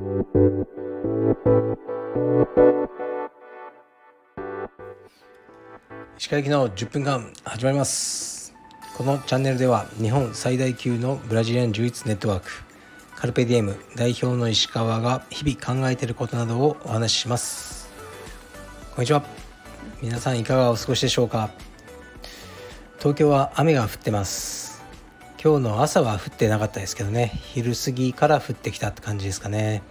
石川行きの10分間始まります。このチャンネルでは日本最大級のブラジリアン柔術ネットワークカルペディエム代表の石川が日々考えていることなどをお話しします。こんにちは。皆さんいかがお過ごしでしょうか。東京は雨が降ってます。今日の朝は降ってなかったですけどね、昼過ぎから降ってきたって感じですかね。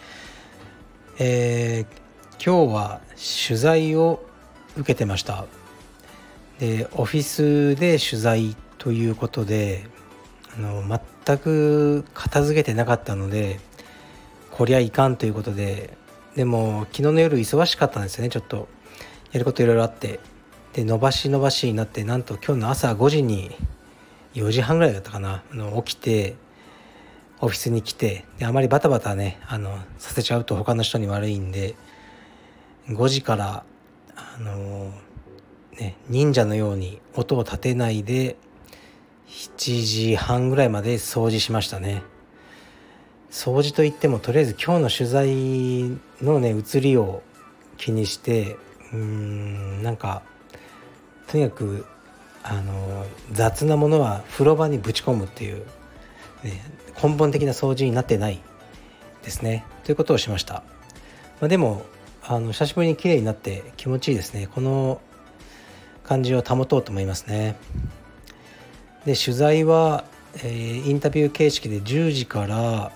今日は取材を受けてました。でオフィスで取材ということで全く片付けてなかったので、こりゃいかんということで、でも昨日の夜忙しかったんですよね。ちょっとやることいろいろあって、で伸ばしになって、なんと今日の朝5時に4時半ぐらいだったかな、起きてオフィスに来て、であまりバタバタねさせちゃうと他の人に悪いんで、5時から忍者のように音を立てないで7時半ぐらいまで掃除しましたね。掃除といってもとりあえず今日の取材のね移りを気にして、なんかとにかく雑なものは風呂場にぶち込むっていう、根本的な掃除になってないですねということをしました。でも久しぶりに綺麗になって気持ちいいですね。この感じを保とうと思いますね。で取材は、インタビュー形式で10時から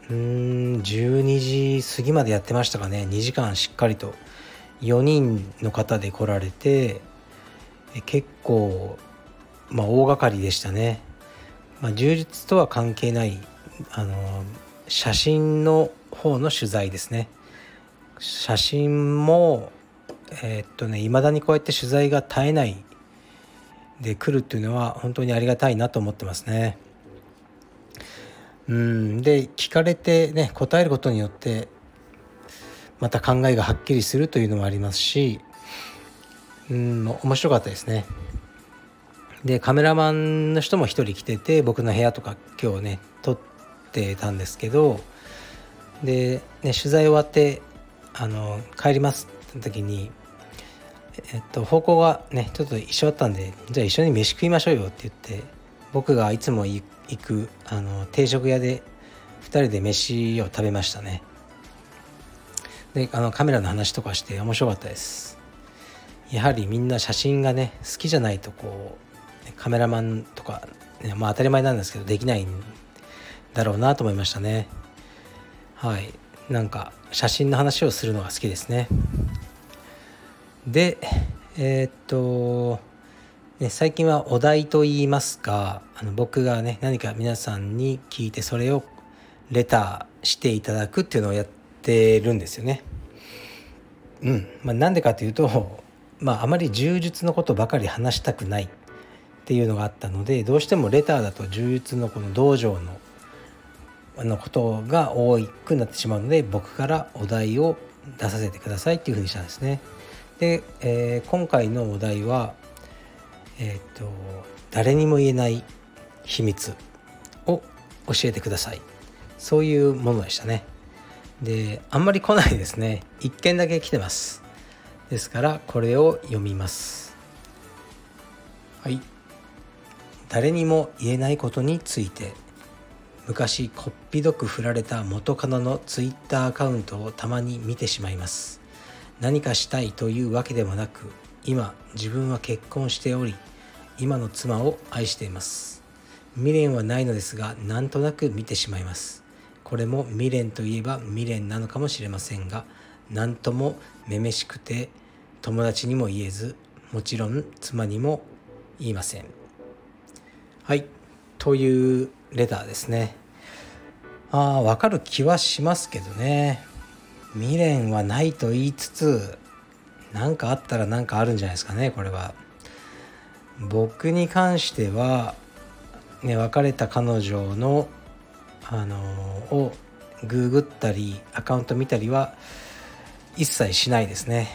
12時過ぎまでやってましたかね。2時間しっかりと4人の方で来られて、結構大掛かりでしたね。柔術とは関係ない写真の方の取材ですね。写真も未だにこうやって取材が絶えないで来るっていうのは本当にありがたいなと思ってますね。で聞かれてね答えることによってまた考えがはっきりするというのもありますし、面白かったですね。でカメラマンの人も一人来てて、僕の部屋とか今日ね撮ってたんですけど、で、取材終わって帰りますって時に方向がねちょっと一緒だったんで、じゃあ一緒に飯食いましょうよって言って、僕がいつも行く定食屋で2人で飯を食べましたね。でカメラの話とかして面白かったです。やはりみんな写真がね好きじゃないとカメラマンとか、当たり前なんですけどできないんだろうなと思いましたね。はい、なんか写真の話をするのが好きですね。で最近はお題といいますか、僕がね何か皆さんに聞いてそれをレターしていただくっていうのをやってるんですよね。なんでかというと、あまり柔術のことばかり話したくないっていうのがあったので、どうしてもレターだと柔術のこの道場のことが多くなってしまうので、僕からお題を出させてくださいっていうふうにしたんですね。で、今回のお題は、誰にも言えない秘密を教えてください、そういうものでしたね。であんまり来ないですね。1件だけ来てます。ですからこれを読みます。はい。誰にも言えないことについて。昔こっぴどく振られた元カノのツイッターアカウントをたまに見てしまいます。何かしたいというわけでもなく、今自分は結婚しており、今の妻を愛しています。未練はないのですが、なんとなく見てしまいます。これも未練といえば未練なのかもしれませんが、なんともめめしくて友達にも言えず、もちろん妻にも言いません。はい、というレターですね。わかる気はしますけどね。未練はないと言いつつ、何かあったら何かあるんじゃないですかね。これは僕に関しては、別れた彼女のをググったりアカウント見たりは一切しないですね。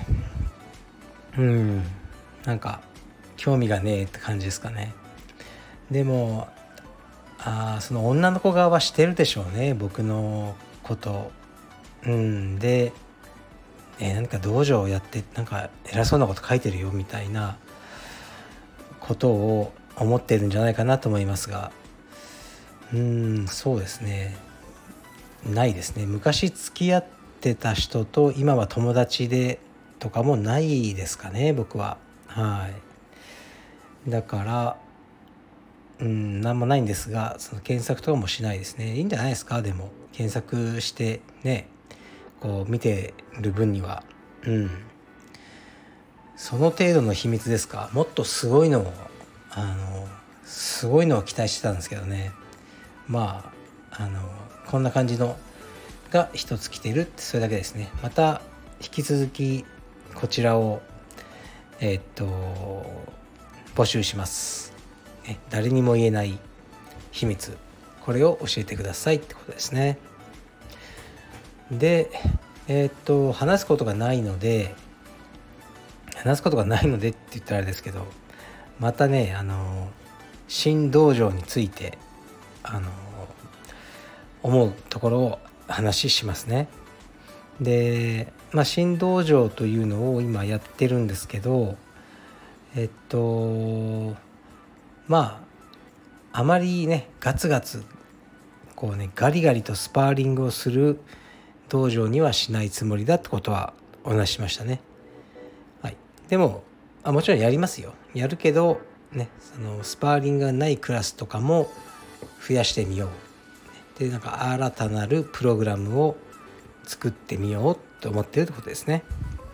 なんか興味がねえって感じですかね。でもその女の子側はしてるでしょうね、僕のことで、何か道場をやってなんか偉そうなこと書いてるよみたいなことを思ってるんじゃないかなと思いますが、そうですね、ないですね。昔付き合ってた人と今は友達でとかもないですかね、僕は。だからなんもないんですが、その検索とかもしないですね。いいんじゃないですか。でも検索してね、こう見てる分には、その程度の秘密ですか。もっとすごいのをすごいのを期待してたんですけどね。こんな感じのが一つ来てるって、それだけですね。また引き続きこちらを募集します。誰にも言えない秘密、これを教えてくださいってことですね。で話すことがないのでって言ったらあれですけど、またね新道場について思うところを話しますね。で、新道場というのを今やってるんですけど、あまりねガツガツガリガリとスパーリングをする道場にはしないつもりだってことはお話ししましたね。でももちろんやりますよ。やるけどね、そのスパーリングがないクラスとかも増やしてみよう。で、新たなるプログラムを作ってみようと思っているってことですね。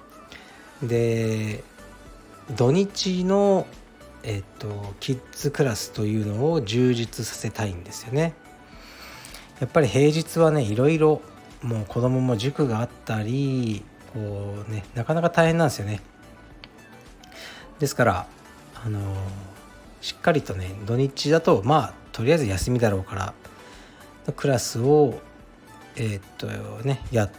で、土日のキッズクラスというのを充実させたいんですよね。やっぱり平日はね、いろいろもう子供も塾があったりなかなか大変なんですよね。ですからしっかりとね、土日だととりあえず休みだろうからクラスをやって、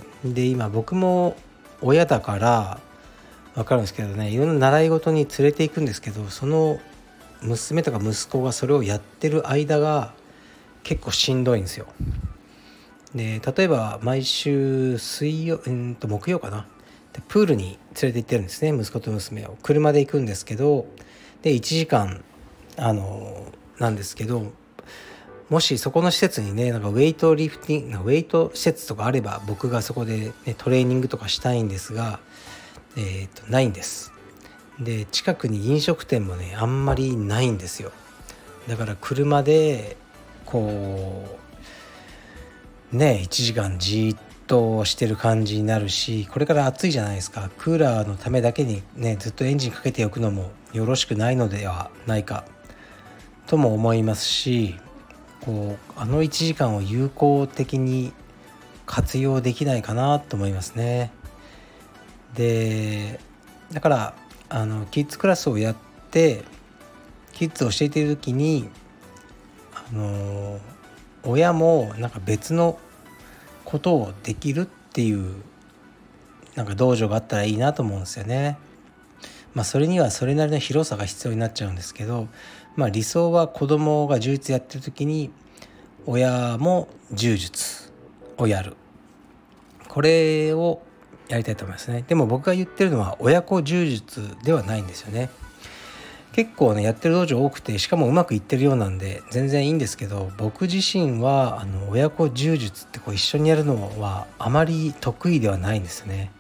で今僕も親だから分かるんですけどね、いろんな習い事に連れて行くんですけど、その娘とか息子がそれをやってる間が結構しんどいんですよ。で、例えば毎週木曜かな、でプールに連れて行ってるんですね、息子と娘を。車で行くんですけど、で1時間なんですけど、もしそこの施設にねウェイトリフティングウェイト施設とかあれば僕がそこで、トレーニングとかしたいんですが、ないんです。で、近くに飲食店もねあんまりないんですよ。だから車で1時間じっとしてる感じになるし、これから暑いじゃないですか。クーラーのためだけにねずっとエンジンかけておくのもよろしくないのではないかとも思いますし、1時間を有効的に活用できないかなと思いますね。で、だからキッズクラスをやってキッズを教えている時に親も別のことをできるっていう道場があったらいいなと思うんですよね。それにはそれなりの広さが必要になっちゃうんですけど、理想は子供が柔術やってる時に親も柔術をやる、これをやりたいと思いますね。でも僕が言ってるのは親子柔術ではないんですよね。結構ねやってる道場多くて、しかもうまくいってるようなんで全然いいんですけど、僕自身は親子柔術って一緒にやるのはあまり得意ではないんですね。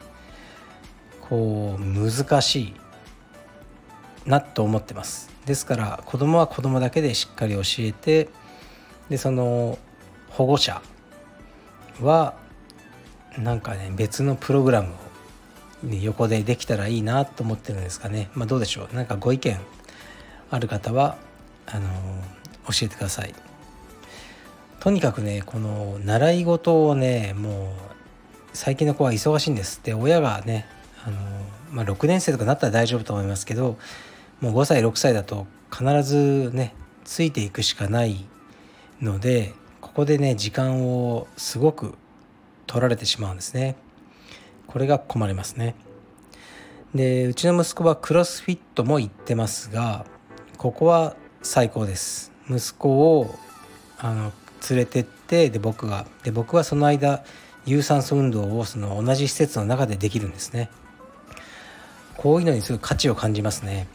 難しいなと思ってます。ですから子供は子供だけでしっかり教えて、でその保護者は別のプログラムを、横でできたらいいなと思ってるんですかね。どうでしょう。ご意見ある方は教えてください。とにかくね、この習い事をね、もう最近の子は忙しいんです。で、親がね6年生とかなったら大丈夫と思いますけど、もう5歳6歳だと必ずねついていくしかないので、ここでね時間をすごく取られてしまうんですね。これが困りますね。で、うちの息子はクロスフィットも行ってますが、ここは最高です。息子を連れてって、で僕はその間有酸素運動をその同じ施設の中でできるんですね。こういうのにすごい価値を感じますね。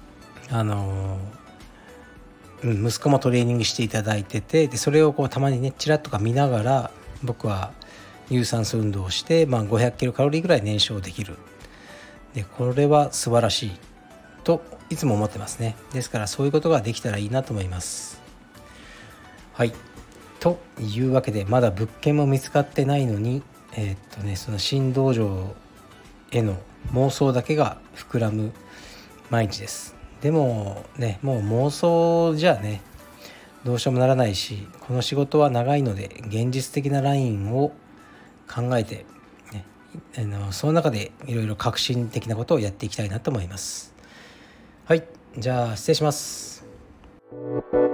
息子もトレーニングしていただいてて、でそれをこうたまにねちらっとか見ながら僕は有酸素運動をして、500キロカロリーぐらい燃焼できる。でこれは素晴らしいといつも思ってますね。ですからそういうことができたらいいなと思います。はい、というわけでまだ物件も見つかってないのにその新道場への妄想だけが膨らむ毎日です。でもね、もう妄想じゃねどうしようもならないし、この仕事は長いので現実的なラインを考えて、ね、その中でいろいろ革新的なことをやっていきたいなと思います。はい、じゃあ失礼します。